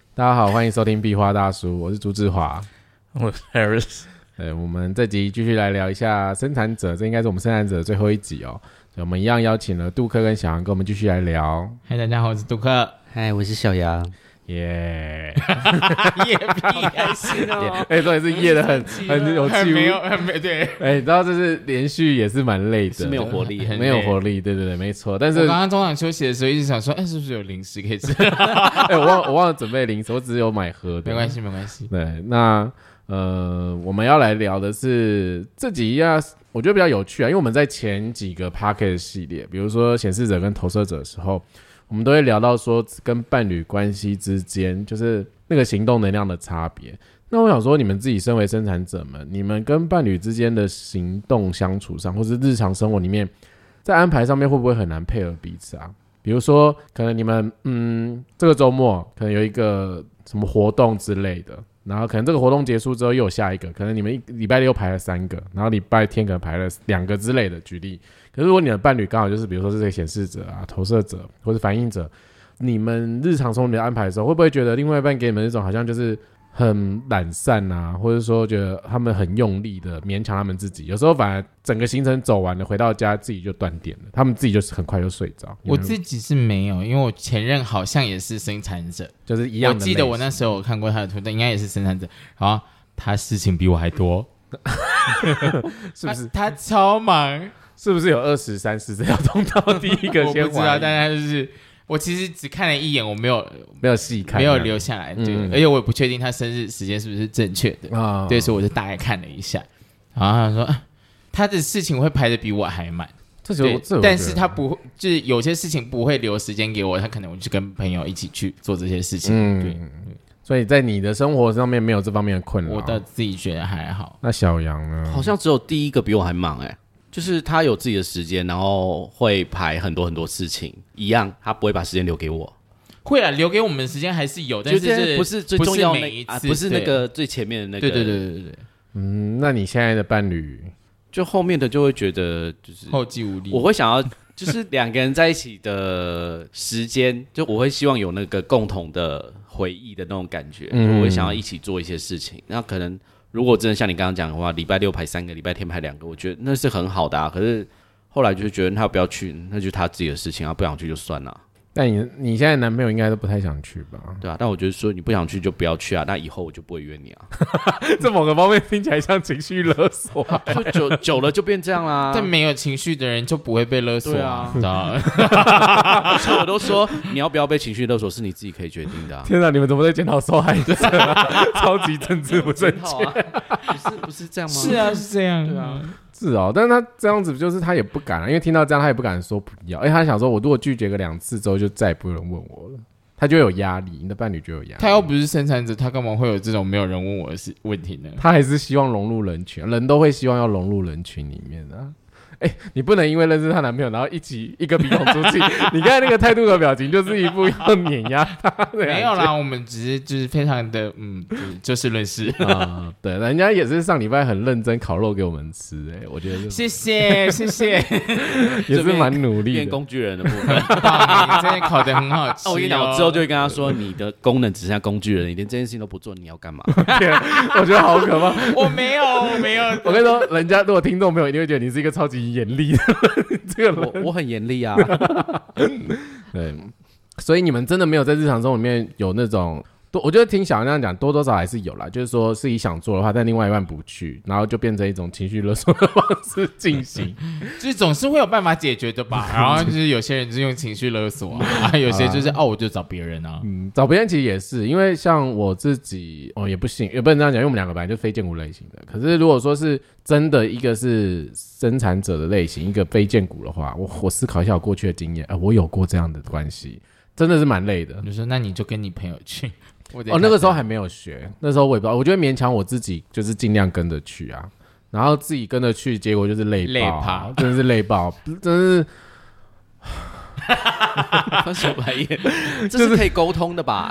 大家好，欢迎收听壁花大叔，我是朱志华， 我是 Harris。 对，我们这集继续来聊一下生产者，这应该是我们生产者的最后一集哦。所以我们一样邀请了杜克跟小杨跟我们继续来聊。 嗨，大家好，我是杜克。 嗨，我是小杨。 耶， 夜屁开心哦！ 重点是夜的很有气没有对。 你知道这是连续也是蛮累的， 是没有活力， 没有活力，对对对，没错。但是我刚刚中场休息的时候一直想说，是不是有零食可以吃？ 我忘了准备零食，我只有买喝的。 没关系，没关系。 对，那我们要来聊的是这集我觉得比较有趣啊，因为我们在前几个 Podcast 系列，比如说显示者跟投射者的时候，我们都会聊到说跟伴侣关系之间就是那个行动能量的差别。那我想说，你们自己身为生产者们，你们跟伴侣之间的行动相处上，或是日常生活里面，在安排上面会不会很难配合彼此啊？比如说，可能你们这个周末可能有一个什么活动之类的，然后可能这个活动结束之后又有下一个，可能你们礼拜六排了3个，然后礼拜天可能排了2个之类的，举例。可是如果你的伴侣刚好就是比如说是这个显示者啊、投射者或是反应者，你们日常生活里面安排的时候，会不会觉得另外一半给你们一种好像就是很懒散啊，或者说觉得他们很用力的勉强他们自己，有时候反而整个行程走完了，回到家自己就断电了，他们自己就是很快就睡着。 我自己是没有，因为我前任好像也是生产者， 就是一样的。 我记得我那时候我看过他的图，但应该也是生产者。然后他事情比我还多，是不是？他超忙， 是不是有20、30要通到第一个先？ 我不知道，但他就是我其实只看了一眼，我没有细看，没有留下来。对，而且我也不确定他生日时间是不是正确的对，所以我就大概看了一下。然后他说他的事情会排得比我还满，但是他不就是有些事情不会留时间给我，他可能我就跟朋友一起去做这些事情。对。 所以在你的生活上面没有这方面的困扰， 我倒自己觉得还好。 那小杨呢？ 好像只有第一个比我还忙就是他有自己的时间，然后会排很多很多事情，一样他不会把时间留给我。 会啊，留给我们的时间还是有，但是不是最重要的每一次不是那个最前面的那个。 对。 那你现在的伴侣， 就后面的就会觉得就是后继无力。 我会想要就是2个人在一起的时间，就我会希望有那个共同的回忆的那种感觉，我会想要一起做一些事情。那可能如果真的像你刚刚讲的话，礼拜六排3个，礼拜天排2个，我觉得那是很好的啊。可是后来就是觉得他不要去，那就是他自己的事情啊，不想去就算了。 但你现在男朋友应该都不太想去吧？ 对啊，但我觉得说你不想去就不要去啊，那以后我就不会约你啊。 这某个方面听起来像情绪勒索就久了就变这样啦。 但没有情绪的人就不会被勒索啊，知道吗？ 所以我都说你要不要被情绪勒索是你自己可以决定的啊。 天哪，你们怎么在检讨受害者超级政治不正确不是这样吗？ 是啊，是这样。 对啊。 是哦，但是他这样子就是他也不敢因为听到这样他也不敢说不要，他想说我如果拒绝个2次之后就再也不会有人问我了，他就会有压力，你的伴侣就有压力。 他又不是生产者，他干嘛会有这种没有人问我的问题呢？ 他还是希望融入人群，人都会希望要融入人群里面的你不能因为认识她男朋友然后一个鼻孔出气你刚才那个态度的表情就是一副要碾压他没有啦，我们只是就是非常的就事论事对，人家也是上礼拜很认真烤肉给我们吃我觉得谢谢也是蛮努力的， 变工具人的部分你真的烤得很好吃我跟你讲，我之后就会跟他说你的功能只剩下工具人，你连这件事情都不做，你要干嘛？ 我觉得好可怕我没有我跟你说，人家如果听众朋友一定会觉得你是一个超级严厉的这个我很严厉啊对，所以你们真的没有在日常生活里面有那种我觉得听小杨那样讲多多少少还是有啦，就是说自己想做的话但另外一半不去，然后就变成一种情绪勒索的方式进行就是总是会有办法解决的吧然后就是有些人就是用情绪勒索有些就是我就找别人啊找别人其实也是因为像我自己也不行，也不能这样讲，因为我们2个本来就非荐骨类型的，可是如果说是真的一个是生产者的类型，一个非荐骨的话，我思考一下我过去的经验我有过这样的关系，真的是蛮累的。 你说那你就跟你朋友去那个时候还没有学，那时候我也不知道，我觉得勉强我自己就是尽量跟着去啊，然后自己跟着去，结果就是累爆，真的是累爆，真的是翻手白眼，这是可以沟通的吧？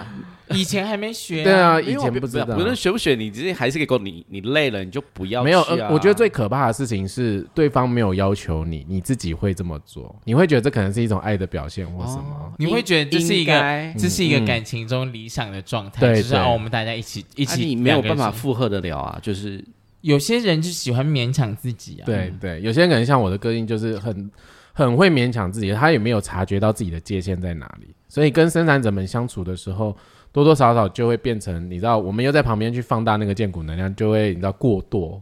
以前还没学。 对啊，以前不知道。 不是学不学，你直接还是可以够你累了你就不要去啊。 没有，我觉得最可怕的事情是对方没有要求你，你自己会这么做，你会觉得这可能是一种爱的表现或什么， 你会觉得这是一个感情中理想的状态，就是我们大家一起， 你没有办法负荷得了啊，就是。 有些人就喜欢勉强自己啊， 对对，有些人可能像我的个性就是很会勉强自己，他也没有察觉到自己的界限在哪里，所以跟生产者们相处的时候，多多少少就会变成，你知道，我们又在旁边去放大那个荐股能量，就会你知道过多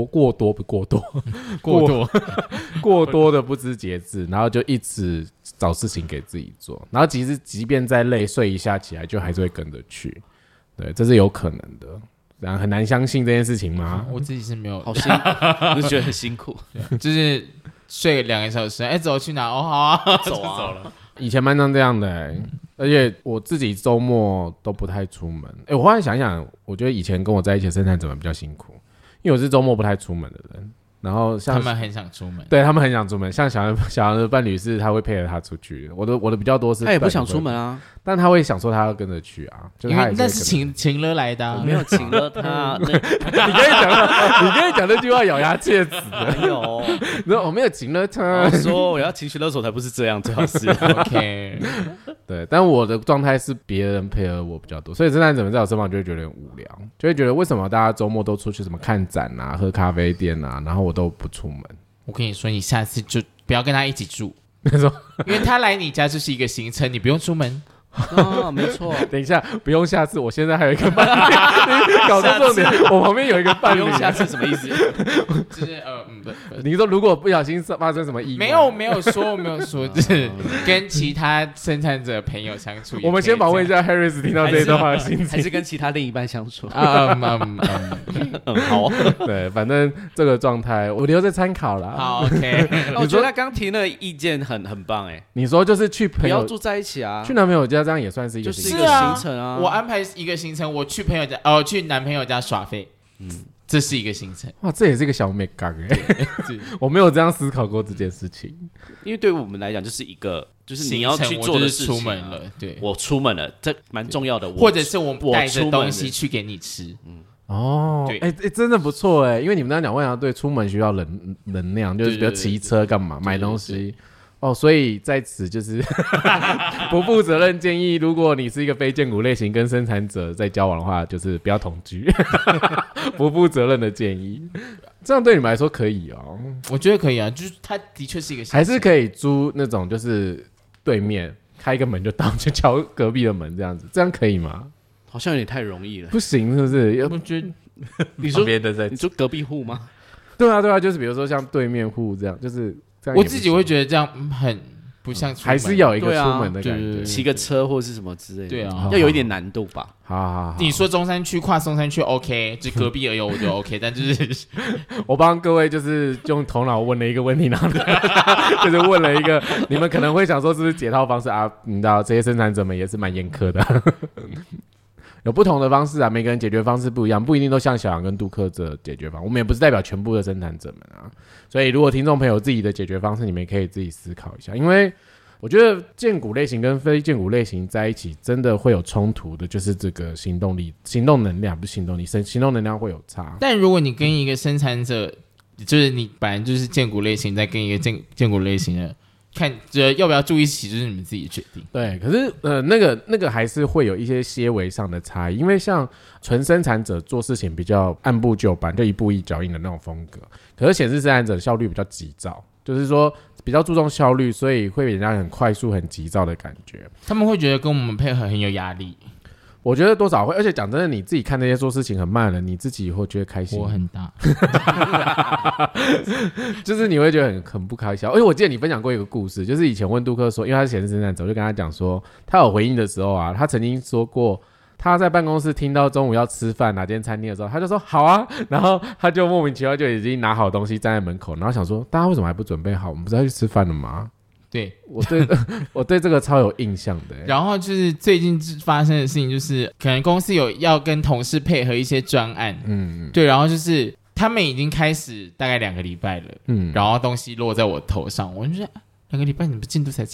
的不知节制，然后就一直找事情给自己做，然后其实即便再累，睡一下起来就还是会跟着去，对，这是有可能的。很难相信这件事情吗？ 我自己是没有， 好辛苦，就觉得很辛苦， 就是睡2个小时，走去哪？好啊， 走了。 以前蛮常这样的，而且我自己周末都不太出门。我后来想想，我觉得以前跟我在一起的生产者们比较辛苦，因为我是周末不太出门的人。然后像他们很想出门， 对他们很想出门。像小杨的伴侣是他会配合他出去，我的比较多是他也不想出门啊， 但他会想说他要跟着去啊，就是他也是那是请了来的， 我没有请了他。 你可以讲这句话咬牙切齿的， 没有， 我没有请了他。 我说我要情绪勒索才不是这样，最好是 OK。 对，但我的状态是别人配合我比较多，所以生产者们在我身旁就会觉得很无聊，就会觉得为什么大家周末都出去什么看展啊、喝咖啡店啊，然后我都不出门。 我跟你说，你下次就不要跟他一起住，因为他来你家就是一个行程，你不用出门。 没错。 等一下，不用下次，我现在还有一个伴侣，搞错重点。我旁边有一个伴侣， 不用下次什么意思？ 就是你说如果不小心发生什么意外， 没有说，就是跟其他生产者朋友相处。 我们先访问一下 Harris 听到这一段话的心情， 还是跟其他另一半相处好，对，反正这个状态我留着参考啦。 好 ，OK。 我觉得他刚提那个意见很棒哎。 你说就是去朋友不要住在一起啊， 去男朋友家。这样也算是一个行程，就是一个行程啊。 我安排一个行程，我去朋友家，去男朋友家耍废，这是一个行程。 哇，这也是一个小美感哎，我没有这样思考过这件事情。 因为对我们来讲，就是一个就是你要去做的事情。 出门了，对， 我出门了，这蛮重要的。 或者是我带着东西去给你吃。 哦，真的不错哎，因为你们刚刚讲万阳队出门需要能量，就是比如骑车干嘛，买东西。所以在此就是不负责任建议，如果你是一个非荐股类型跟生产者在交往的话，就是不要同居。不负责任的建议，这样对你们来说可以哦？ 我觉得可以啊，就是它的确是一个还是可以租那种就是对面开一个门就到，就敲隔壁的门这样子，这样可以吗？ 好像有点太容易了， 不行是不是？ 我觉得你说隔壁户吗？ 对啊，就是比如说像对面户这样，就是我自己会觉得这样很不像出门， 还是要有一个出门的感觉， 骑个车或是什么之类的， 对啊， 要有一点难度吧。 好， 你说中山区跨松山区 OK， 就隔壁而已我觉得 OK， 但就是我帮各位就是用头脑问了一个问题，然后就是问了一个你们可能会想说是不是解套方式啊？你知道这些生产者们也是蛮严苛的。有不同的方式啊，每个人解决方式不一样，不一定都像小杨跟杜克这解决方式，我们也不是代表全部的生产者们啊。所以如果听众朋友有自己的解决方式，你们也可以自己思考一下。因为我觉得荐股类型跟非荐股类型在一起真的会有冲突的，就是这个行动力、行动能量，不是行动力，行动能量会有差。 但如果你跟一个生产者，就是你本来就是荐股类型，再跟一个荐股类型的，看要不要住一起，就是你们自己决定。 对，可是那个还是会有一些些微上的差异，因为像纯生产者做事情比较按部就班，就一步一脚印的那种风格，可是显示生产者效率比较急躁，就是说比较注重效率，所以会给人家很快速、很急躁的感觉。 他们会觉得跟我们配合很有压力。 我觉得多少会，而且讲真的，你自己看那些做事情很慢的，你自己会觉得开心。 我很大， 就是你会觉得很不开心。而且我记得你分享过一个故事，就是以前问杜克说，因为他是显示生产者，我就跟他讲说，他有回应的时候啊，他曾经说过，他在办公室听到中午要吃饭哪间餐厅的时候，他就说好啊，然后他就莫名其妙就已经拿好东西站在门口，然后想说，大家为什么还不准备好？我们不是要去吃饭了吗？ 对， 我对这个超有印象的。 然后就是最近发生的事情，就是可能公司有要跟同事配合一些专案，对，然后就是他们已经开始大概2个礼拜了，然后东西落在我头上，我就说2个礼拜你们进度才这样，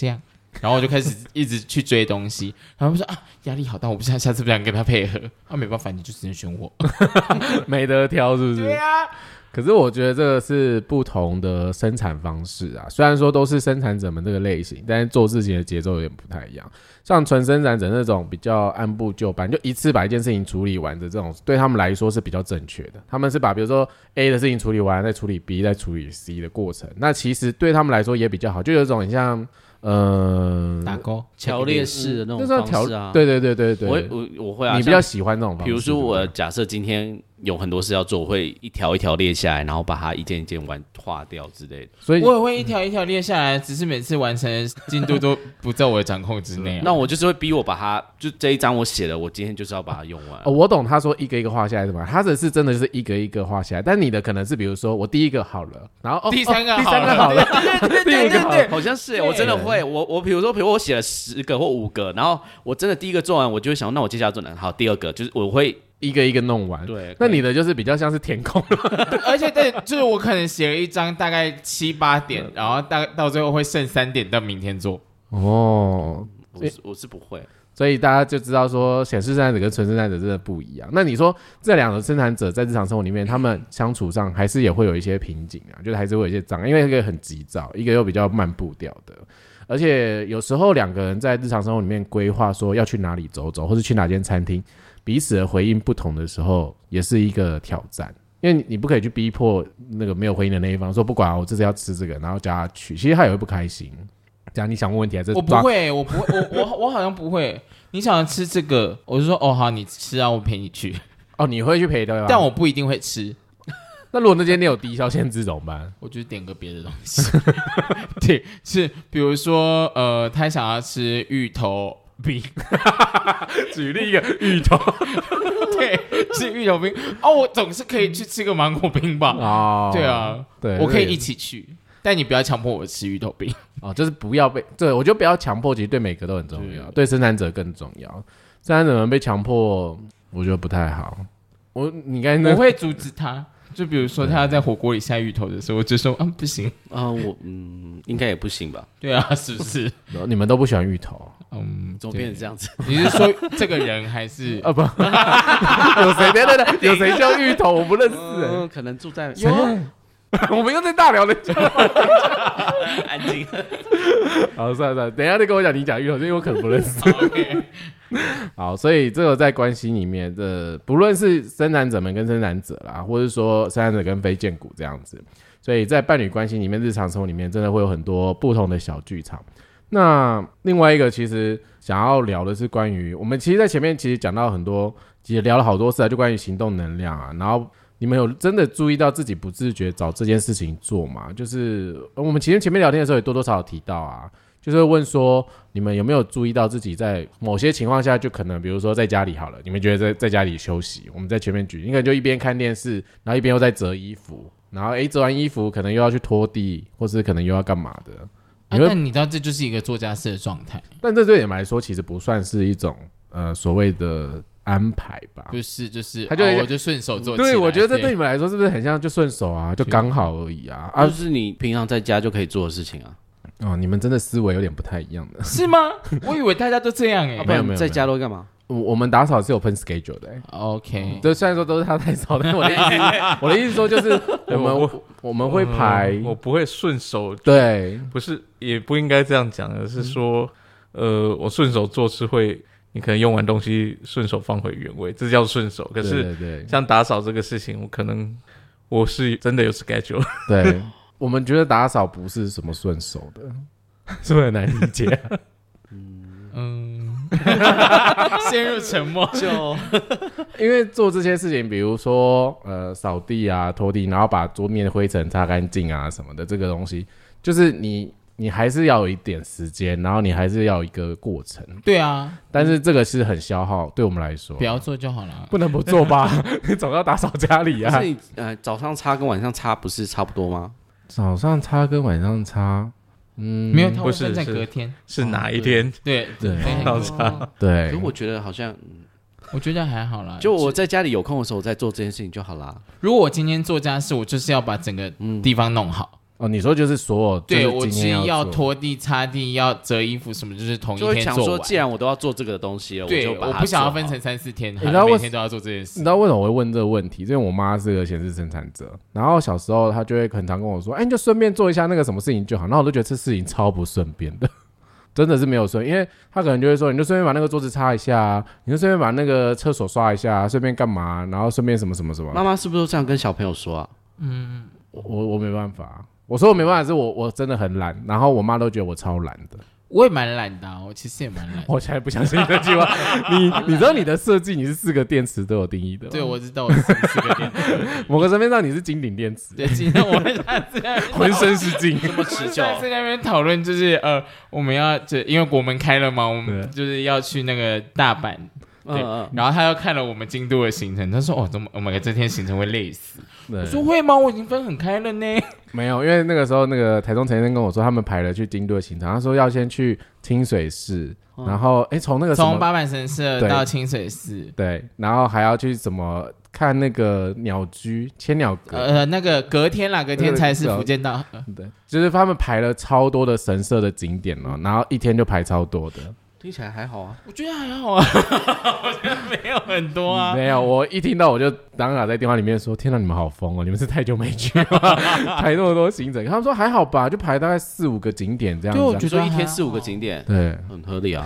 然后我就开始一直去追东西，然后说啊压力好大，我不想下次不想跟他配合，没办法，你就只能选我， 没得挑是不是？ 对啊。 可是我觉得这个是不同的生产方式啊，虽然说都是生产者们这个类型，但是做事情的节奏有点不太一样。像纯生产者那种比较按部就班，就一次把一件事情处理完的这种，对他们来说是比较正确的。他们是把比如说 A 的事情处理完，再处理 B， 再处理 C 的过程，那其实对他们来说也比较好，就有一种很像打勾条列式的那种方式啊。 对， 我会啊。 你比较喜欢这种方式？ 比如说我假设今天有很多事要做，我会一条一条列下来，然后把它一件一件划掉之类的。 所以我也会一条一条列下来，只是每次完成的进度都不在我的掌控之内啊。 那我就是会逼我把它，就这一张我写了，我今天就是要把它用完。 我懂他说一个一个画下来是吧？他的是真的就是一个一个画下来，但你的可能是比如说我第一个好了，然后第三个好了，第五个好了， 好像是我真的会，我比如说我写了10个或5个，然后我真的第一个做完，我就会想，那我接下来做哪？好，第二个就是我会。 一个一个弄完， 对。 那你的就是比较像是填空而且对，就是我可能写了一张大概7、8点，然后大概到最后会剩3点到明天做。 哦， 我是不会， 所以大家就知道说显示生产者跟纯生产者真的不一样。那你说这两个生产者在日常生活里面，他们相处上还是也会有一些瓶颈啊，就是还是会有一些障碍，因为一个很急躁，一个又比较慢步调的。而且有时候两个人在日常生活里面规划说要去哪里走走，或是去哪间餐厅，彼此的回应不同的时候，也是一个挑战。因为你不可以去逼迫那个没有回应的那一方说不管我这次要吃这个，然后叫他去，其实他也会不开心。这样你想问问题还是我不会，我好像不会。你想吃这个，我就说哦好，你吃啊，我陪你去。 哦，你会去陪对吧？ 但我不一定会吃。 那如果那间店有低消限制怎么办？ 我就点个别的东西。对，是比如说他想要吃芋头冰， 举例一个芋头， 对，吃芋头冰哦，我总是可以去吃个芒果冰吧？哦，对啊，对，我可以一起去，但你不要强迫我吃芋头冰哦，就是不要被，对，我觉得不要强迫，其实对每个都很重要，对生产者更重要。生产者们被强迫，我觉得不太好。我会阻止他。就比如说他在火锅里下芋头的时候，我就说不行我应该也不行吧？ 对啊，是不是？ 你们都不喜欢芋头？ 怎么变成这样子？ 你是说这个人还是不？有谁？对，有谁叫芋头？我不认识可能住在我们又在大聊的， 安静。 好，算了，等一下再跟我讲你讲芋头，因为我可能不认识。 Okay. 好，所以这个在关系里面的，不论是生产者们跟生产者啦，或者说生产者跟非荐股这样子，所以在伴侣关系里面、日常生活里面，真的会有很多不同的小剧场。那另外一个其实想要聊的是关于我们其实在前面其实讲到很多，其实聊了好多次啊，就关于行动能量啊，然后你们有真的注意到自己不自觉找这件事情做吗？就是我们其实前面聊天的时候也多多少少提到啊，就是会问说你们有没有注意到自己在某些情况下，就可能比如说在家里好了，你们觉得在家里休息，我们在前面举，你可能就一边看电视，然后一边又在折衣服，然后折完衣服可能又要去拖地，或是可能又要干嘛的。 但你知道这就是一个做家事的状态， 但这对你们来说其实不算是一种所谓的安排吧？ 不是，就是他就我就顺手做起来。 对，我觉得这对你们来说是不是很像就顺手啊，就刚好而已啊？ 就是你平常在家就可以做的事情啊。 哦，你们真的思维有点不太一样的， 是吗？我以为大家都这样没有，在家都会干嘛？ 我们打扫是有分 schedule 的 OK， 对，虽然说都是他在扫，但是我的意思说就是我们会排， 我不会顺手， 对， 不是也不应该这样讲，而是说我顺手做是会，你可能用完东西顺手放回原位，这叫顺手。可是像打扫这个事情，我是真的有 schedule。 对，我们觉得打扫不是什么顺手的，是不是很难理解？ 陷入沉默， 就因为做这些事情，比如说扫地啊、拖地，然后把桌面的灰尘擦干净啊什么的，这个东西就是你还是要有一点时间，然后你还是要有一个过程。 对啊， 但是这个是很消耗，对我们来说， 不要做就好了， 不能不做吧？你总要打扫家里啊。 所以早上擦跟晚上擦不是差不多吗？ 早上擦跟晚上擦。 没有，它会分在隔天， 是哪一天？ 对， 早上对。 可是我觉得好像， 我觉得还好啦。 就我在家里有空的时候，我在做这件事情就好啦。 如果我今天做家事，我就是要把整个地方弄好， 哦，你说就是所有对我只要拖地、擦地、要折衣服什么，就是同一天做完。就会想说， 既然我都要做这个东西了， 对， 我就把它我不想要分成3-4天，每天都要做这件事。 你知道为什么我会问这个问题？因为我妈是个显示生产者，然后小时候她就会很常跟我说：“哎，你就顺便做一下那个什么事情就好。”然后我都觉得这事情超不顺便的。真的是没有顺，因为他可能就会说，你就顺便把那个桌子擦一下啊，你就顺便把那个厕所刷一下啊，顺便干嘛，然后顺便什么什么什么。 妈妈是不是都这样跟小朋友说啊？ 我没办法，我说我没办法，是我真的很懒，然后我妈都觉得我超懒的。 我也蛮懒的我其实也蛮懒的。 我现在不相信这句话。你知道你的设计你是4个电池都有定义的吗？ 对，我知道我是4个电池。 某个层面上你是金顶电池。 对，今天我们浑身是金， 这么持久。 在那边讨论就是我们要因为国门开了嘛，我们就是要去那个大阪。对，然后他又看了我们京都的行程，他说：“怎么我们这天行程会累死？”我说：“会吗？我已经分很开了呢。” 没有，因为那个时候那个台中陈先生跟我说，他们排了去京都的行程，他说要先去清水寺，然后从八坂神社到清水寺， 对，然后还要去什么看那个鸟居千鸟阁， 那个隔天才是福建道， 对，就是他们排了超多的神社的景点然后一天就排超多的。 听起来还好啊， 我觉得还好啊，我觉得没有很多啊。 没有，我一听到我就当场在电话里面说：“天哪，你们好疯哦！你们是太久没去了，排那么多行程。”他们说还好吧，就排大概4-5个景点这样子。 对，我觉得一天4-5个景点， 对， 很合理啊。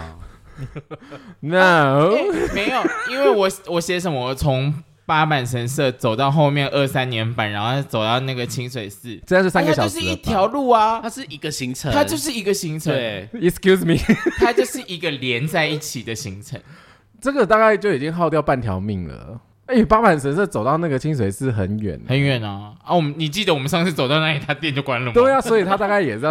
No， 没有，因为我写什么，我从八坂神社走到后面23年版，然后走到那个清水寺， 这样是3个小时。 它就是一条路啊， 它是一个行程， 它就是一个行程。 对 ，Excuse me， 它就是一个连在一起的行程。 这个大概就已经耗掉半条命了。八坂神社走到那个清水寺很远， 很远啊！你记得我们上次走到那里，他店就关了吗？ 对啊，所以他大概也是要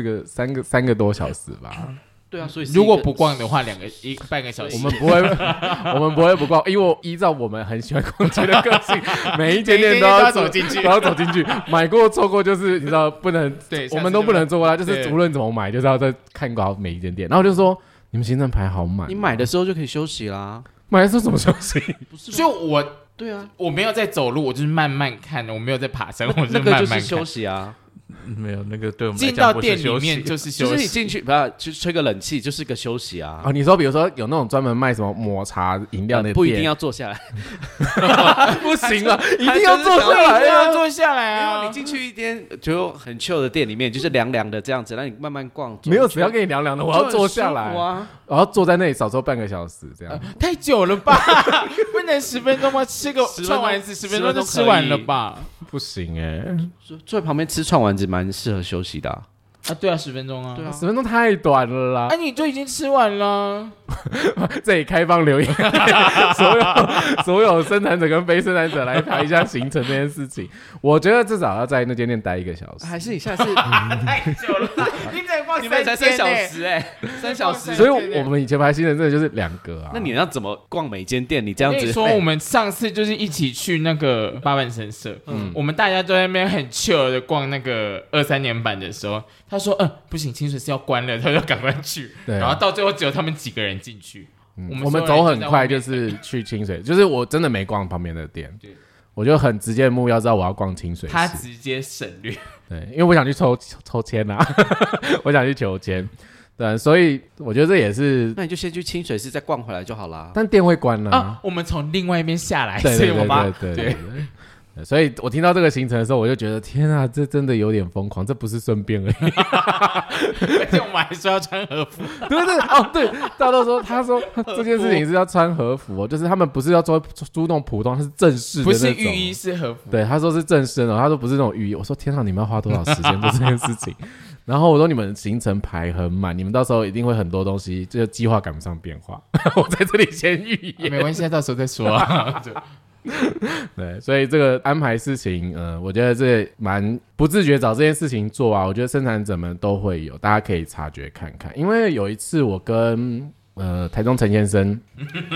3个多小时吧。 对啊，所以如果不逛的话，半个小时。 我们不会不逛，因为依照我们很喜欢逛街的个性，每一间店都要走进去，买过错过就是你知道不能，对，我们都不能错过它，就是无论怎么买，就是要再看过每一间店。然后就说你们行程排好满， 你买的时候就可以休息啦。 买的时候怎么休息？ 不是，所以对啊，我没有在走路，我就是慢慢看，我没有在爬山，我就是慢慢看。 那个就是休息啊。 没有那个对我们来讲不是休息，进到店里面就是休息， 就是你进去不要去吹个冷气，就是个休息啊。 你说比如说有那种专门卖什么抹茶饮料的店， 不一定要坐下来， 不行啊，一定要坐下来， 要坐下来啊！ 你进去一间就很 chill 的店里面，就是凉凉的这样子，让你慢慢逛。 没有，只要给你凉凉的，我要坐下来啊， 我要坐在那里少说半个小时，这样太久了吧？不能10分钟吗？吃个串丸子10分钟就吃完了吧？ 不行坐在旁边吃串丸子蛮适合休息的啊。 对啊，10分钟啊， 对啊，10分钟太短了啦。 你就已经吃完了。 这里开放留言，所有生产者跟非生产者来谈一下行程这件事情。我觉得至少要在那间店待1个小时。 还是你下次太久了，你们才 3小时3小时。 所以我们以前排行程真的就是2个啊。 那你要怎么逛每间店？你这样子， 我跟你说，我们上次就是一起去那个八坂神社，我们大家都在那边很 chill 的逛那个23年版的时候，他说不行，清水寺要关了，他就赶快去。然后到最后只有他们几个人进去。 我们走很快，就是去清水，就是我真的没逛旁边的店，我就很直接的目标知道我要逛清水寺， 他直接省略。 对，因为我想去抽签啊，我想去求签。对，所以我觉得这也是， 那你就先去清水寺再逛回来就好啦。 但店会关了啊，我们从另外一边下来， 对，所以我听到这个行程的时候，我就觉得天啊，这真的有点疯狂，这不是顺便而已。 而且我们还说要穿和服， 对，大家都说，他说这件事情是要穿和服就是他们不是要租那种普通，他是正式的那种， 不是浴衣是和服。 对，他说是正式的，他说不是那种浴衣。我说天啊，你们要花多少时间做这件事情？然后我说你们行程排很满，你们到时候一定会很多东西，这个计划赶不上变化。我在这里先预言， 没关系，到时候再说啊。 对，所以这个安排事情，我觉得这蛮不自觉找这件事情做啊。我觉得生产者们都会有，大家可以察觉看看。因为有一次我跟台中陈先生，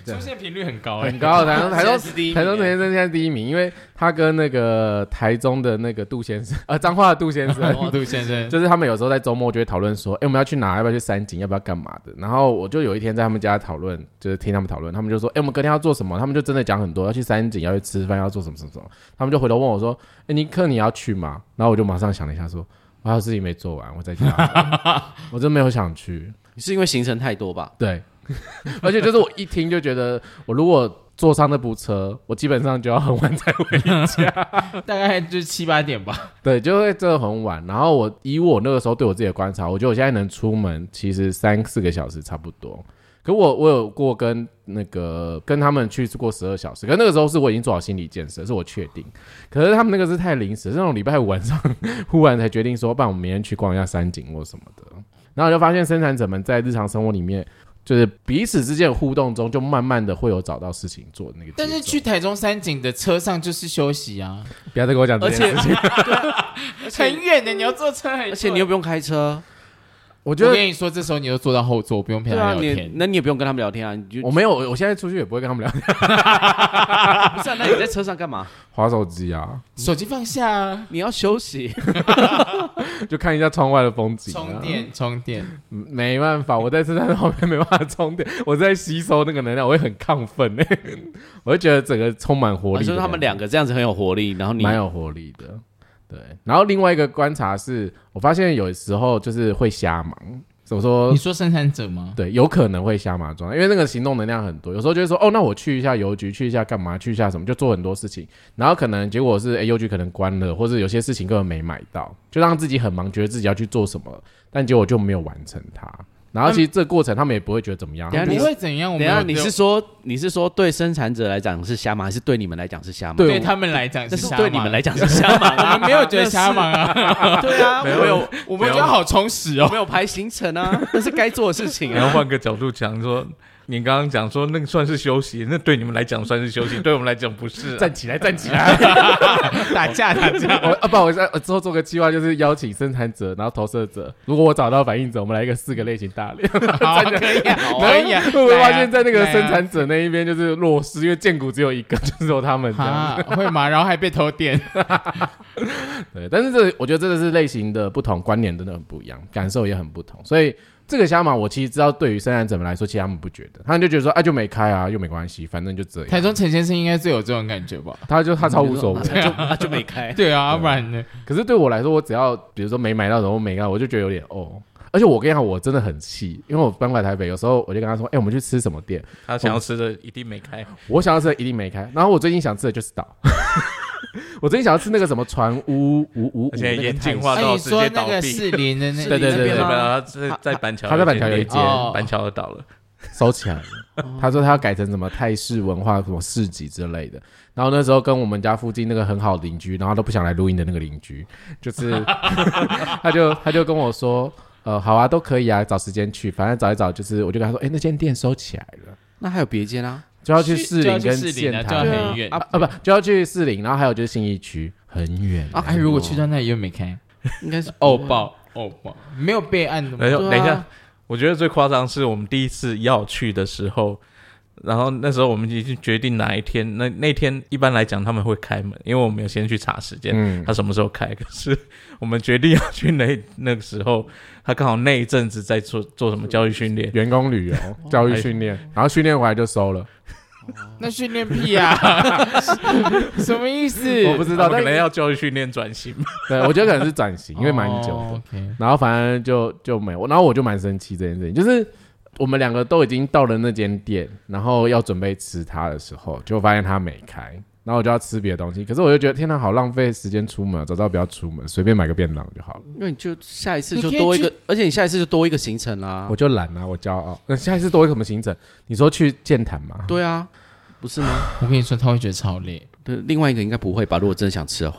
出现频率很高， 很高。台中陈先生现在第1名，因为他跟那个台中的那个杜先生，彰化的杜先生， 杜先生， 就是他们有时候在周末就会讨论说，我们要去哪，要不要去山景，要不要干嘛的。然后我就有一天在他们家讨论，就是听他们讨论，他们就说，我们隔天要做什么，他们就真的讲很多，要去山景，要去吃饭，要做什么什么什么。他们就回头问我说，尼克你要去吗？然后我就马上想了一下说，我还有事情没做完，我在家，我真没有想去。 你是因为行程太多吧？ 对，而且就是我一听就觉得，我如果坐上那部车，我基本上就要很晚才回家， 大概就7、8点吧。 对，就会真的很晚。然后以我那个时候对我自己的观察，我觉得我现在能出门其实3、4个小时差不多。可我有过跟他们去过12小时，可是那个时候是我已经做好心理建设，是我确定。可是他们那个是太临时，是那种礼拜5晚上忽然才决定说，不然我们明天去逛一下山景或什么的。然后我就发现生产者们在日常生活里面，就是彼此之间的互动中，就慢慢的会有找到事情做的那个。 但是去台中山景的车上就是休息啊， 不要再跟我讲这件事情， 很远的，你要坐车很远， 而且你又不用开车。 我跟你说，这时候你就坐到后座，不用陪他聊天。 那你也不用跟他们聊天啊。 我没有，我现在出去也不会跟他们聊天。 不是啊，那你在车上干嘛？ 滑手机啊， 手机放下啊， 你要休息， 就看一下窗外的风景。 充电， 没办法，我在车上后面没办法充电，我在吸收那个能量，我会很亢奋我会觉得整个充满活力。 就是他们2个这样子很有活力，然后你蛮有活力的。对，然后另外一个观察是，我发现有时候就是会瞎忙。我说， 你说生产者吗？ 对，有可能会瞎忙装，因为那个行动能量很多，有时候就会说，那我去一下邮局，去一下干嘛，去一下什么，就做很多事情，然后可能结果是，邮局可能关了，或者有些事情根本没买到，就让自己很忙，觉得自己要去做什么，但结果就没有完成它。然后其实这个过程他们也不会觉得怎么样， 不会怎样。 等一下，你是说对生产者来讲是瞎忙，还是对你们来讲是瞎忙？ 对他们来讲是瞎忙， 对你们来讲是瞎忙我们没有觉得瞎忙啊。 对啊， 我们觉得好充实哦， 没有排行程啊，那是该做的事情啊。 然后换个角度讲说。你刚刚讲说那个算是休息，那对你们来讲算是休息，对我们来讲不是、 站起来，打架。 不然我之后做个计划，就是邀请生产者，然后投射者。如果我找到反应者，我们来一个4个类型大练。 好，可以啊。 会不会发现，在那个生产者那一边就是弱势，因为剑骨只有1个，就只有他们这样。 会吗？然后还被偷电。 对，但是我觉得真的是类型的不同，观念真的很不一样，感受也很不同，所以。这个瞎忙，我其实知道，对于生产者们来说，其实他们不觉得，他们就觉得说，就没开啊，又没关系，反正就这样。 台中陈先生应该最有这种感觉吧？ 他超无所谓， 就没开。 对啊，要不然呢？ 可是对我来说，我只要比如说没买到什么没到，我就觉得有点而且我跟你讲，我真的很气，因为我搬回台北，有时候我就跟他说，我们去吃什么店？ 他想要吃的一定没开， 我想要吃的一定没开。然后我最近想吃的就是岛。我最近想要吃那个什么船屋， 而且严禁化到直接倒闭。 你说那个士林的那个， 对， 他在板桥， 他在板桥有一间， 板桥的倒了， 收起来了。他说他要改成什么泰式文化什么市集之类的。然后那时候跟我们家附近那个很好的邻居，然后都不想来录音的那个邻居，就是他就跟我说，好啊，都可以啊，找时间去，反正找一找，就是我就跟他说，那间店收起来了， 那还有别间啊。 就要去士林跟县就要很远不就要去士林，然后还有就是信义区很远如果去到那里又没开， 应该是爆，没有备案的吗？ 等一下，我觉得最夸张是我们第一次要去的时候，然后那时候我们已经决定哪一天，那天一般来讲他们会开门，因为我们有先去查时间，他什么时候开。可是我们决定要去那个时候，他刚好那一阵子在做什么教育训练、 员工旅游、教育训练，然后训练回来就收了。 那训练屁啊！什么意思？ 我不知道， 可能要教育训练转型。 对，我觉得可能是转型，因为蛮久的。然后反正就没有，然后我就蛮生气这件事情，就是我们2个都已经到了那间店，然后要准备吃它的时候，就发现它没开，然后我就要吃别的东西。可是我就觉得天哪，好浪费时间出门，早知道不要出门，随便买个便当就好了。 因为你就下一次就多一个，而且你下一次就多一个行程啦。 我就懒啊，我骄傲。那下一次多一个什么行程？你说去健谈吗？ 对啊。不是吗？ 我跟你说，他会觉得超累。 对，另外一个应该不会吧？如果真的想吃的话，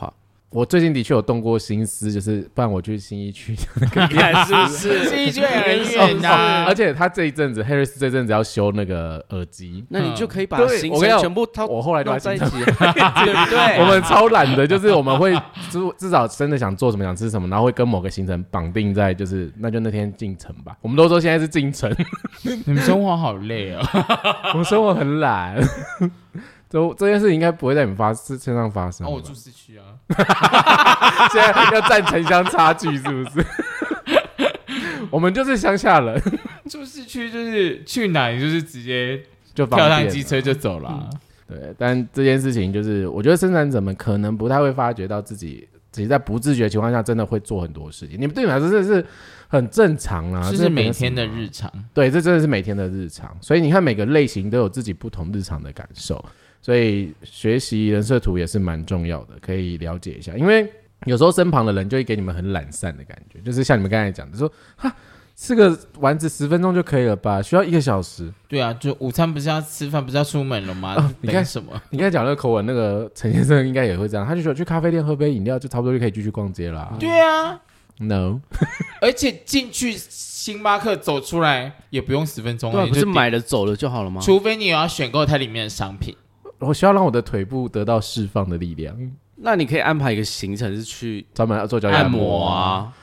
我最近的确有动过心思，就是不然我去信义区你看是不是？ 信义区很远啊， 而且他这一阵子 Harris 这阵子要修那个耳机， 那你就可以把行程全部我后来都在一起，对不对？ 我们超懒的，就是我们会至少真的想做什么想吃什么，然后会跟某个行程绑定在就是那就那天进城吧。我们都说现在是进城， 你们生活好累哦， 我们生活很懒。这件事应该不会在你们身上发生。 我住市区啊， 现在要占城乡差距是不是？我们就是乡下人， 住市区就是去哪里就是直接就跳上机车就走了。 对，但这件事情就是，我觉得生产者们可能不太会发觉到自己在不自觉的情况下，真的会做很多事情。你们对你们来说真的是很正常啊， 这是每天的日常。 对，这真的是每天的日常。所以你看，每个类型都有自己不同日常的感受。所以学习人设图也是蛮重要的，可以了解一下。因为有时候身旁的人就会给你们很懒散的感觉，就是像你们刚才讲的说，哈，吃个丸子10分钟就可以了吧？需要1个小时？ 对啊，就午餐不是要吃饭，不是要出门了吗？ 你看什么？ 你刚才讲那个口吻，那个陈先生应该也会这样，他就说去咖啡店喝杯饮料，就差不多就可以继续逛街啦。 对啊 ，No， 而且进去星巴克走出来也不用10分钟， 对，不是买了走了就好了吗？ 除非你有要选购它里面的商品。 我需要让我的腿部得到释放的力量。 那你可以安排一个行程是去专门要做脚按摩啊。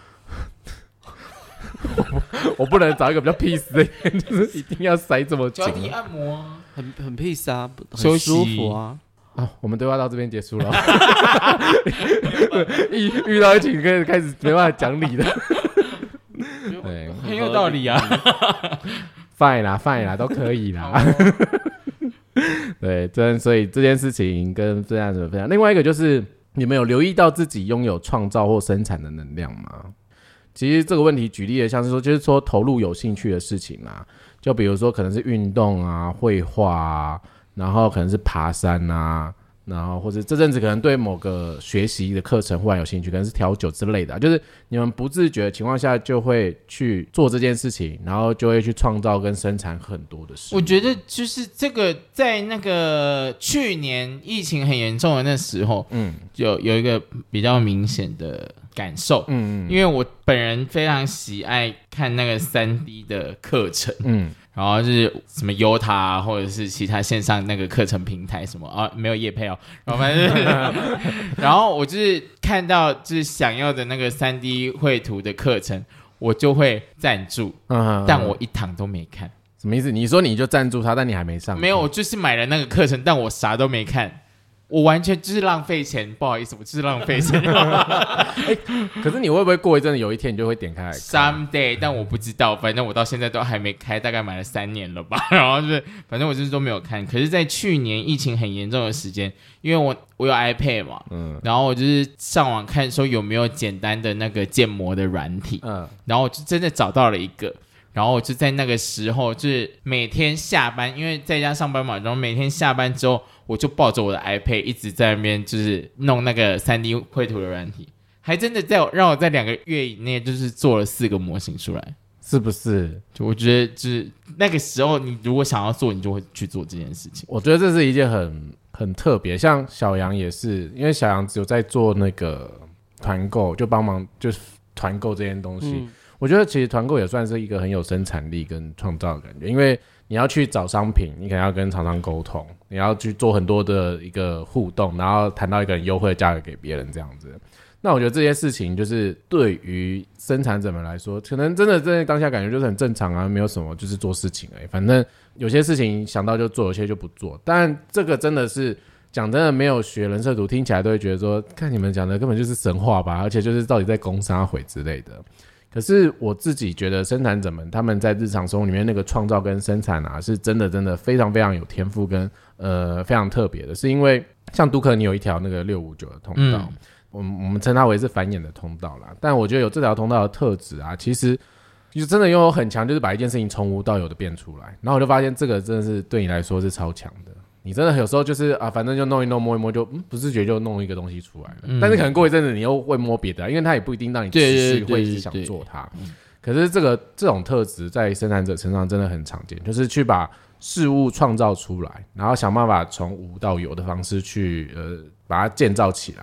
我不能找一个比较 peace 的人，就是一定要塞这么紧。 脚底按摩啊， 很 peace 啊，很舒服啊。 我们对话到这边结束了。遇到一群开始没办法讲理的， 对，很有道理啊。 fine 啦，都可以啦。对，所以这件事情跟这样子分享。另外一个就是，你们有留意到自己拥有创造或生产的能量吗？其实这个问题举例的像是说，就是说投入有兴趣的事情啊，就比如说可能是运动啊、绘画啊，然后可能是爬山啊，然后或者这阵子可能对某个学习的课程忽然有兴趣，可能是调酒之类的啊，就是你们不自觉的情况下就会去做这件事情，然后就会去创造跟生产很多的事。 我觉得就是这个在那个去年疫情很严重的那时候，有一个比较明显的感受，因为我本人非常喜爱看那个3D 的课程，然后就是什么 Yota 啊，或者是其他线上那个课程平台什么啊，没有业配哦，然后反正然后我就是看到就是想要的那个3D 绘图的课程，我就会赞助，但我一堂都没看。 什么意思？你说你就赞助他，但你还没上课？ 没有，我就是买了那个课程，但我啥都没看。我完全就是浪费钱，不好意思，我就是浪费钱。 可是你会不会过一阵子有一天你就会点开来看 ？Someday， 但我不知道，反正我到现在都还没开，大概买了3年了吧。然后就是反正我就是都没有看。可是，在去年疫情很严重的时间，因为我有 iPad 嘛，然后我就是上网看说有没有简单的那个建模的软体，然后我就真的找到了一个。然后我就在那个时候，就是每天下班，因为在家上班嘛，然后每天下班之后，我就抱着我的 iPad 一直在那边就是弄那个3D 绘图的软体，还真的让我在2个月以内就是做了4个模型出来， 是不是？ 就我觉得就是那个时候，你如果想要做，你就会去做这件事情。 我觉得这是一件很特别，像小杨也是，因为小杨只有在做那个团购，就帮忙就是团购这件东西。我觉得其实团购也算是一个很有生产力跟创造的感觉，因为你要去找商品，你可能要跟厂商沟通，你要去做很多的一个互动，然后谈到一个很优惠的价格给别人这样子。那我觉得这些事情就是对于生产者们来说，可能真的当下感觉就是很正常啊，没有什么，就是做事情而已。反正有些事情想到就做，有些就不做。但这个真的是讲真的，没有学人设图，听起来都会觉得说，看你们讲的根本就是神话吧，而且就是到底在攻杀毁之类的。可是我自己觉得生产者们他们在日常生活里面那个创造跟生产啊，是真的非常非常有天赋跟非常特别的，是因为像杜克你有一条那个659的通道，我们称它为是繁衍的通道啦，但我觉得有这条通道的特质啊，其实就真的拥有很强，就是把一件事情从无到有的变出来，然后我就发现这个真的是对你来说是超强的。你真的有时候就是啊，反正就弄一弄摸一摸就不自觉就弄一个东西出来了，但是可能过一阵子你又会摸别的，因为它也不一定让你持续会一直想做它。可是这种特质在生产者身上真的很常见，就是去把事物创造出来，然后想办法从无到有的方式去把它建造起来，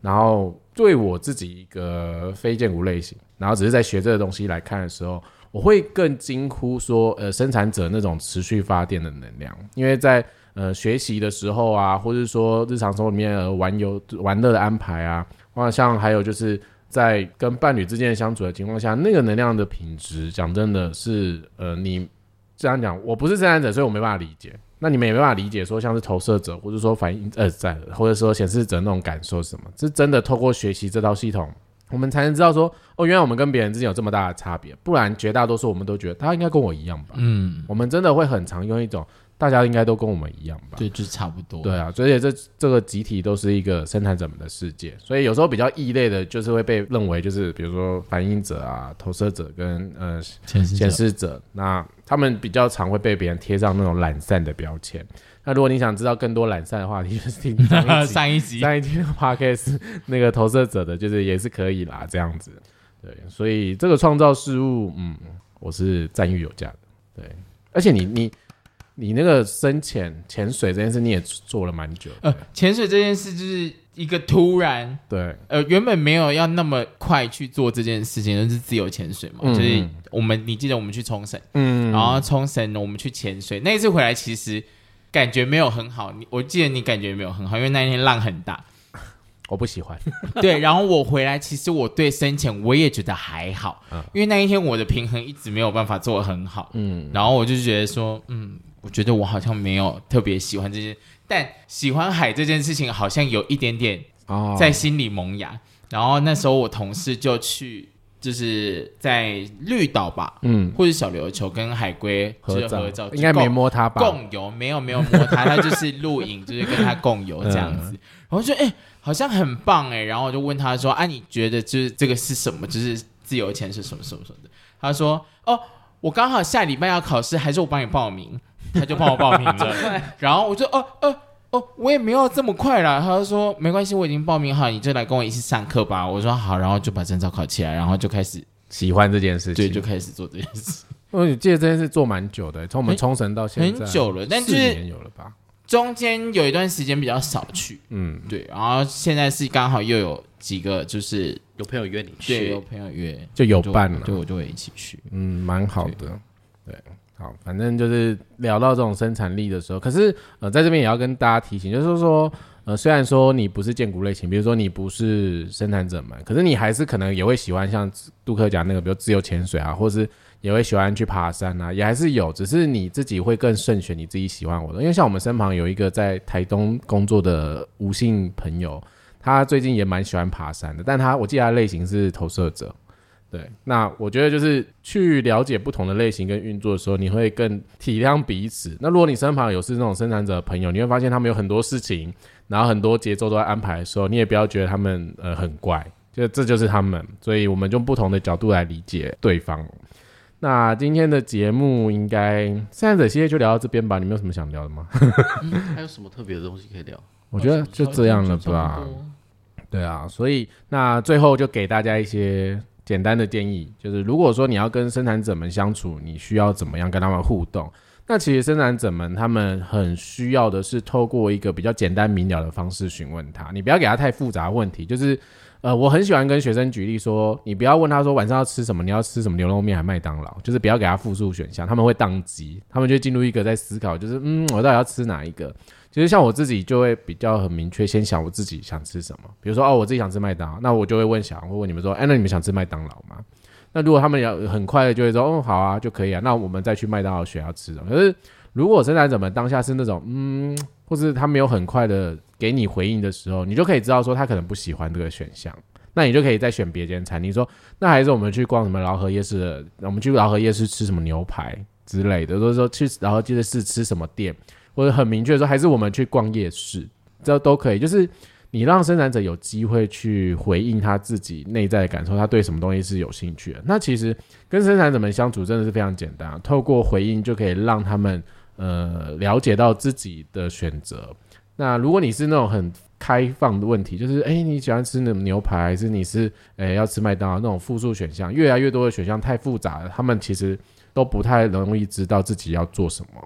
然后对我自己一个非建股类型，然后只是在学这个东西来看的时候，我会更惊呼说生产者那种持续发电的能量，因为在学习的时候啊，或者说日常生活里面玩乐的安排啊，像还有就是在跟伴侣之间的相处的情况下，那个能量的品质，讲真的是你这样讲，我不是生产者，所以我没办法理解。那你们也没办法理解说像是投射者或者说反应或者说显示者那种感受是什么，是真的透过学习这套系统，我们才能知道说原来我们跟别人之间有这么大的差别，不然绝大多数我们都觉得他应该跟我一样吧。我们真的会很常用一种大家应该都跟我们一样吧？ 对，就是差不多。 对啊，所以这个集体都是一个生产者们的世界，所以有时候比较异类的，就是会被认为就是比如说反应者啊、投射者跟显示者，那他们比较常会被别人贴上那种懒散的标签。那如果你想知道更多懒散的话题，就是听上一集的 podcast 那个投射者的，就是也是可以啦，这样子。对，所以这个创造事物，我是赞誉有加的。对，而且你那个深潜水这件事你也做了蛮久的。 潜水这件事就是一个突然， 对， 原本没有要那么快去做这件事情，就是自由潜水嘛，就是你记得我们去冲绳，然后冲绳我们去潜水，那一次回来其实感觉没有很好，我记得你感觉没有很好，因为那一天浪很大。 我不喜欢。 对，然后我回来，其实我对深潜我也觉得还好，因为那一天我的平衡一直没有办法做得很好，然后我就觉得说，我觉得我好像没有特别喜欢这些，但喜欢海这件事情好像有一点点在心里萌芽。然后那时候我同事就去，就是在绿岛吧，或者小琉球跟海龟合照， 应该没摸他吧？ 共游没有摸他，他就是录影，就是跟他共游这样子。然后就好像很棒然后我就问他说你觉得就是这个是什么？就是自由潜水什么什么什么的。他说我刚好下礼拜要考试，还是我帮你报名？他就帮我报名了。然后我就我也没有这么快啦。他就说没关系，我已经报名好，你就来跟我一起上课吧。我说好，然后就把证照考起来，然后就开始喜欢这件事情， 对，就开始做这件事。 你记得这件事做蛮久的，从我们冲绳到现在很久了，但就是 4年有了吧？ 中间有一段时间比较少去，对，然后现在是刚好又有几个就是有朋友约你去， 对，有朋友约就有伴了， 就我就会一起去， 蛮好的，对，好，反正就是聊到这种生产力的时候，可是在这边也要跟大家提醒，就是说虽然说你不是建股类型，比如说你不是生产者们，可是你还是可能也会喜欢像杜克讲那个，比如自由潜水啊，或是也会喜欢去爬山啊，也还是有，只是你自己会更慎选你自己喜欢的。因为像我们身旁有一个在台东工作的吴姓朋友，他最近也蛮喜欢爬山的，但我记得他类型是投射者。对，那我觉得就是去了解不同的类型跟运作的时候，你会更体谅彼此。那如果你身旁有是那种生产者的朋友，你会发现他们有很多事情，然后很多节奏都在安排的时候，你也不要觉得他们很怪，这就是他们，所以我们用不同的角度来理解对方。那今天的节目应该生产者系列就聊到这边吧，你们有什么想聊的吗？ 还有什么特别的东西可以聊？ 我觉得就这样了吧。对啊，所以那最后就给大家一些简单的建议，就是如果说你要跟生产者们相处，你需要怎么样跟他们互动？那其实生产者们他们很需要的是透过一个比较简单明了的方式询问他，你不要给他太复杂的问题，就是我很喜欢跟学生举例说，你不要问他说晚上要吃什么，你要吃什么牛肉面还麦当劳，就是不要给他复数选项，他们会宕机，他们就进入一个在思考，就是我到底要吃哪一个？其实像我自己就会比较很明确，先想我自己想吃什么。比如说我自己想吃麦当劳，那我就会问会问你们说，那你们想吃麦当劳吗？那如果他们要很快的就会说，好啊，就可以啊，那我们再去麦当劳选要吃的。可是如果生产者们当下是那种或是他没有很快的给你回应的时候，你就可以知道说他可能不喜欢这个选项，那你就可以再选别间餐厅，说那还是我们去逛什么劳合夜市的，我们去劳合夜市吃什么牛排之类的，或者说去劳合夜市吃什么店，或者很明确的说还是我们去逛夜市，这都可以，就是你让生产者有机会去回应他自己内在的感受，他对什么东西是有兴趣的。那其实跟生产者们相处真的是非常简单，透过回应就可以让他们了解到自己的选择。那如果你是那种很开放的问题，就是你喜欢吃那种牛排，还是你是要吃麦当劳那种复数选项，越来越多的选项太复杂了，他们其实都不太容易知道自己要做什么。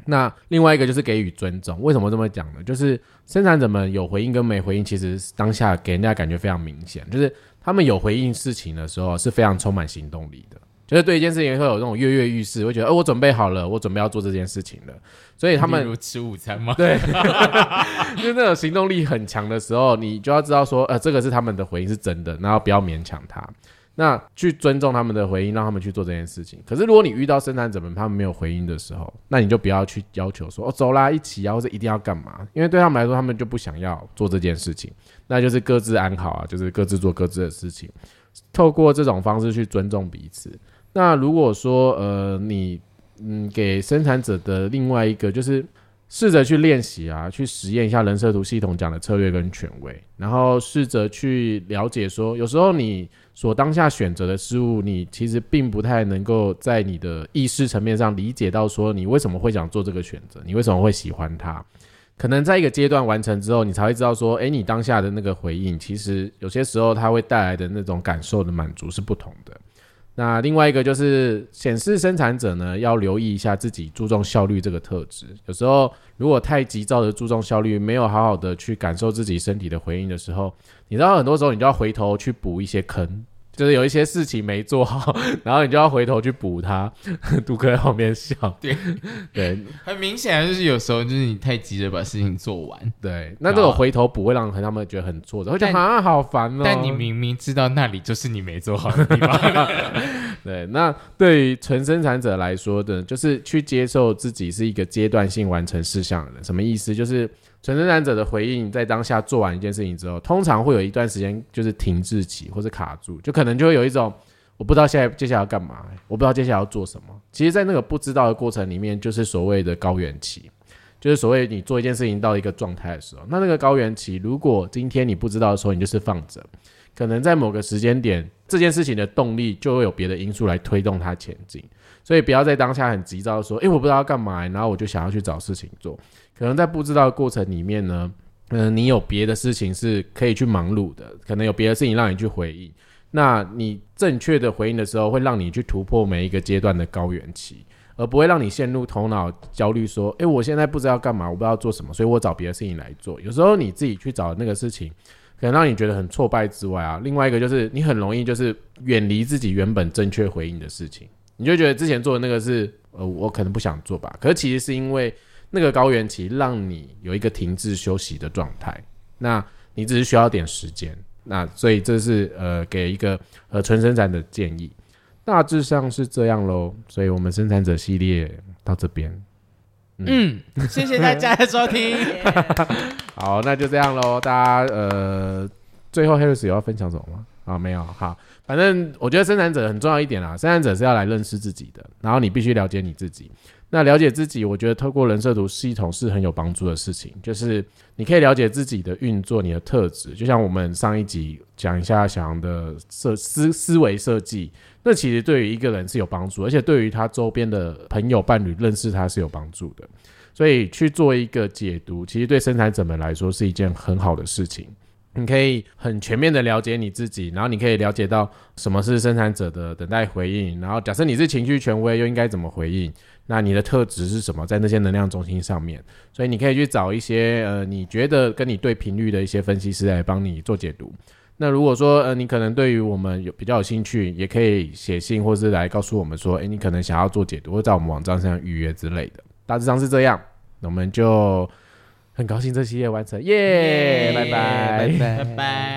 那另外一个就是给予尊重。为什么这么讲呢？就是生产者们有回应跟没回应，其实当下给人家感觉非常明显，就是他们有回应事情的时候是非常充满行动力的，就是对一件事情会有那种跃跃欲试，会觉得我准备好了，我准备要做这件事情了。所以他们例如吃午餐吗？ 对，就是那种行动力很强的时候，你就要知道说，这个是他们的回应是真的，然后不要勉强他。那去尊重他们的回应，让他们去做这件事情。可是如果你遇到生产者们他们没有回应的时候，那你就不要去要求说走啦一起啊，或者一定要干嘛，因为对他们来说他们就不想要做这件事情，那就是各自安好啊，就是各自做各自的事情，透过这种方式去尊重彼此。那如果说你给生产者的另外一个就是试着去练习啊，去实验一下人设图系统讲的策略跟权威，然后试着去了解说，有时候你所当下选择的事物，你其实并不太能够在你的意识层面上理解到说你为什么会想做这个选择，你为什么会喜欢它。可能在一个阶段完成之后，你才会知道说，你当下的那个回应，其实有些时候它会带来的那种感受的满足是不同的。那另外一个就是显示生产者呢，要留意一下自己注重效率这个特质。有时候如果太急躁的注重效率，没有好好的去感受自己身体的回应的时候，你知道很多时候你就要回头去补一些坑，就是有一些事情没做好，然后你就要回头去补它。杜克在旁边笑，对， 很明显就是有时候就是你太急着把事情做完， 对，那这种回头补会让他们觉得很挫折，会觉得好烦哦。 但你明明知道那里就是你没做好的地方。 对，那对于纯生产者来说的，就是去接受自己是一个阶段性完成事项的人。什么意思？就是纯生产者的回应在当下做完一件事情之后，通常会有一段时间就是停滞期或是卡住，就可能就会有一种我不知道接下来要干嘛，我不知道接下来要做什么。其实在那个不知道的过程里面，就是所谓的高原期，就是所谓你做一件事情到一个状态的时候，那个高原期如果今天你不知道的时候，你就是放着，可能在某个时间点这件事情的动力就会有别的因素来推动它前进。所以不要在当下很急躁的说我不知道要干嘛，然后我就想要去找事情做。可能在不知道的过程里面呢，你有别的事情是可以去忙碌的，可能有别的事情让你去回应。那你正确的回应的时候，会让你去突破每一个阶段的高原期，而不会让你陷入头脑焦虑说我现在不知道干嘛，我不知道做什么，所以我找别的事情来做。有时候你自己去找那个事情可能让你觉得很挫败之外啊，另外一个就是你很容易就是远离自己原本正确回应的事情，你就觉得之前做的那个是我可能不想做吧，可是其实是因为那个高原期让你有一个停滞休息的状态，那你只是需要点时间。那所以这是给一个纯生产的建议，大致上是这样咯。所以我们生产者系列到这边， 谢谢大家的收听。 好，那就这样咯。大家最后 Harris 有要分享什么吗？没有。好，反正我觉得生产者很重要一点啦，生产者是要来认识自己的，然后你必须了解你自己。那了解自己，我觉得透过人设图系统是很有帮助的事情，就是你可以了解自己的运作，你的特质，就像我们上一集讲一下小杨的思维设计，那其实对于一个人是有帮助，而且对于他周边的朋友伴侣认识他是有帮助的。所以去做一个解读，其实对生产者们来说是一件很好的事情。你可以很全面的了解你自己，然后你可以了解到什么是生产者的等待回应，然后假设你是情绪权威又应该怎么回应，那你的特质是什么在那些能量中心上面。所以你可以去找一些你觉得跟你对频率的一些分析师来帮你做解读。那如果说你可能对于我们比较有兴趣，也可以写信或是来告诉我们说你可能想要做解读，或在我们网站上预约之类的，大致上是这样。那我们就很高兴这系列完成，耶！拜拜， 拜拜。